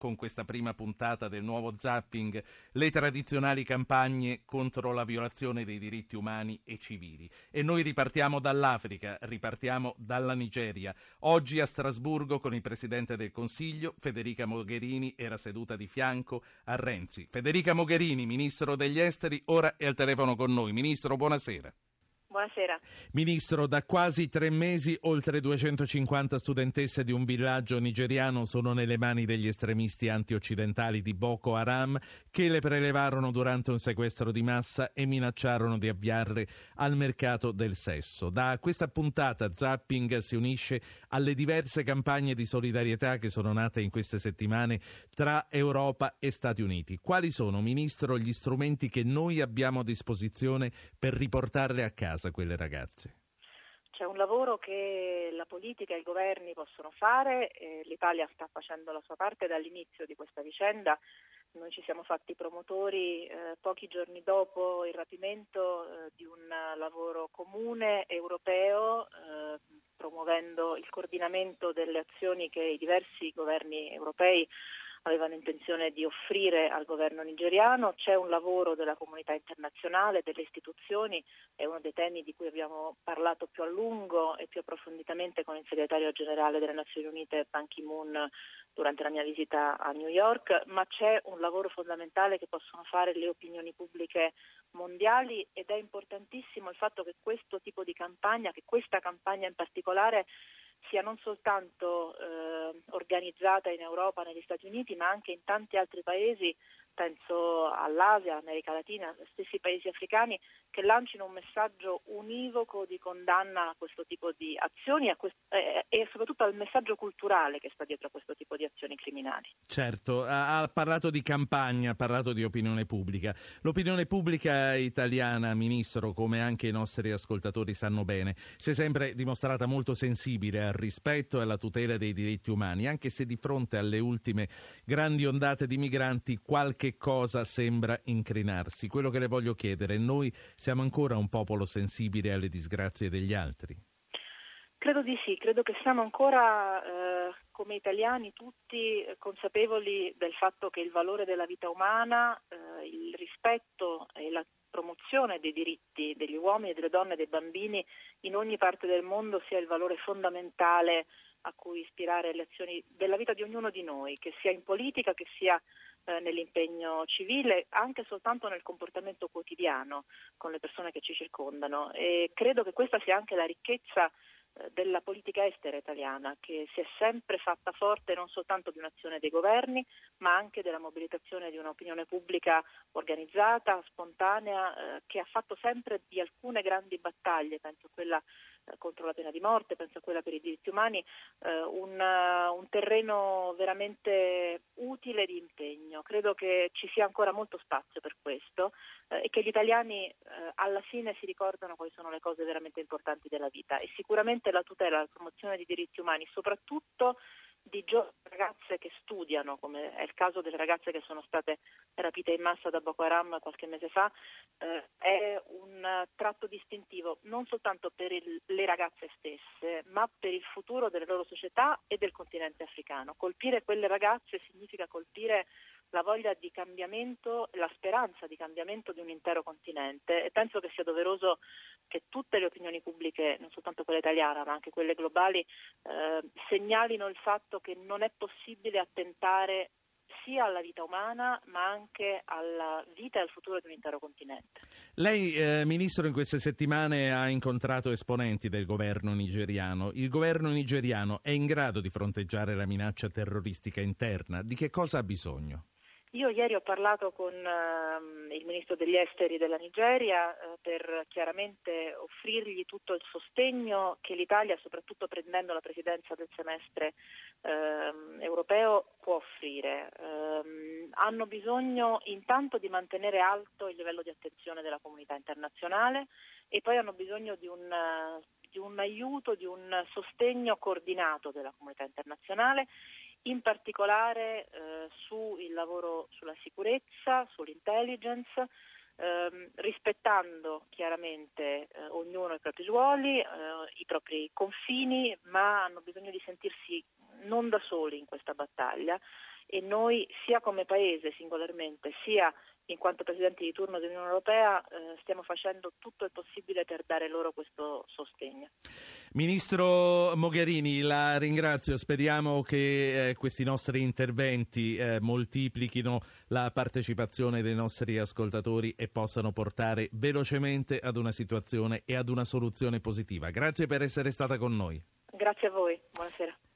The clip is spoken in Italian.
con questa prima puntata del nuovo Zapping le tradizionali campagne contro la violazione dei diritti umani e civili. E noi ripartiamo dall'Africa, ripartiamo dalla Nigeria. Oggi a Strasburgo con il Presidente del Consiglio, Federica Mogherini, era seduta di fianco a Renzi. Federica Mogherini, Ministro degli Esteri, ora è al telefono con noi. Ministro, buonasera. Buonasera. Ministro, da quasi 3 mesi oltre 250 studentesse di un villaggio nigeriano sono nelle mani degli estremisti anti-occidentali di Boko Haram che le prelevarono durante un sequestro di massa e minacciarono di avviarle al mercato del sesso. Da questa puntata Zapping si unisce alle diverse campagne di solidarietà che sono nate in queste settimane tra Europa e Stati Uniti. Quali sono, Ministro, gli strumenti che noi abbiamo a disposizione per riportarle a casa quelle ragazze? C'è un lavoro che la politica e i governi possono fare, l'Italia sta facendo la sua parte dall'inizio di questa vicenda. Noi ci siamo fatti promotori pochi giorni dopo il rapimento di un lavoro comune europeo, promuovendo il coordinamento delle azioni che i diversi governi europei avevano intenzione di offrire al governo nigeriano. C'è un lavoro della comunità internazionale, delle istituzioni, è uno dei temi di cui abbiamo parlato più a lungo e più approfonditamente con il segretario generale delle Nazioni Unite Ban Ki-moon durante la mia visita a New York, ma c'è un lavoro fondamentale che possono fare le opinioni pubbliche mondiali ed è importantissimo il fatto che questo tipo di campagna, che questa campagna in particolare sia non soltanto organizzata in Europa, negli Stati Uniti, ma anche in tanti altri paesi, penso all'Asia, America Latina, stessi paesi africani, che lancino un messaggio univoco di condanna a questo tipo di azioni e soprattutto al messaggio culturale che sta dietro a questo tipo di azioni criminali. Certo, ha parlato di campagna, ha parlato di opinione pubblica. L'opinione pubblica italiana, Ministro, come anche i nostri ascoltatori sanno bene, si è sempre dimostrata molto sensibile al rispetto e alla tutela dei diritti umani, anche se di fronte alle ultime grandi ondate di migranti qualche cosa sembra incrinarsi. Quello che le voglio chiedere, noi siamo ancora un popolo sensibile alle disgrazie degli altri? Credo di sì, credo che siamo ancora come italiani tutti consapevoli del fatto che il valore della vita umana, il rispetto e la promozione dei diritti degli uomini, delle donne e dei bambini in ogni parte del mondo sia il valore fondamentale a cui ispirare le azioni della vita di ognuno di noi, che sia in politica, che sia nell'impegno civile, anche soltanto nel comportamento quotidiano con le persone che ci circondano. E credo che questa sia anche la ricchezza della politica estera italiana, che si è sempre fatta forte non soltanto di un'azione dei governi, ma anche della mobilitazione di un'opinione pubblica organizzata, spontanea, che ha fatto sempre di alcune grandi battaglie, penso a quella contro la pena di morte, penso a quella per i diritti umani, un terreno veramente utile di impegno. Credo che ci sia ancora molto spazio per questo e che gli italiani alla fine si ricordano quali sono le cose veramente importanti della vita, e sicuramente la tutela e la promozione dei diritti umani, soprattutto di ragazze che studiano, come è il caso delle ragazze che sono state rapite in massa da Boko Haram qualche mese fa, è un tratto distintivo non soltanto per le ragazze stesse, ma per il futuro delle loro società e del continente africano. Colpire quelle ragazze significa colpire la voglia di cambiamento, la speranza di cambiamento di un intero continente, e penso che sia doveroso che tutte le opinioni pubbliche, non soltanto quella italiana ma anche quelle globali, segnalino il fatto che non è possibile attentare sia alla vita umana ma anche alla vita e al futuro di un intero continente. Lei, Ministro, in queste settimane ha incontrato esponenti del governo nigeriano. Il governo nigeriano è in grado di fronteggiare la minaccia terroristica interna? Di che cosa ha bisogno? Io ieri ho parlato con il ministro degli esteri della Nigeria per chiaramente offrirgli tutto il sostegno che l'Italia, soprattutto prendendo la presidenza del semestre europeo, può offrire. Hanno bisogno intanto di mantenere alto il livello di attenzione della comunità internazionale e poi hanno bisogno di un aiuto, di un sostegno coordinato della comunità internazionale, in particolare sul lavoro sulla sicurezza, sull'intelligence, rispettando chiaramente ognuno i propri ruoli, i propri confini, ma hanno bisogno di sentirsi non da soli in questa battaglia e noi sia come Paese singolarmente sia in quanto Presidenti di turno dell'Unione Europea stiamo facendo tutto il possibile per dare loro questo sostegno. Ministro Mogherini, la ringrazio, speriamo che questi nostri interventi moltiplichino la partecipazione dei nostri ascoltatori e possano portare velocemente ad una situazione e ad una soluzione positiva. Grazie per essere stata con noi. Grazie a voi, buonasera.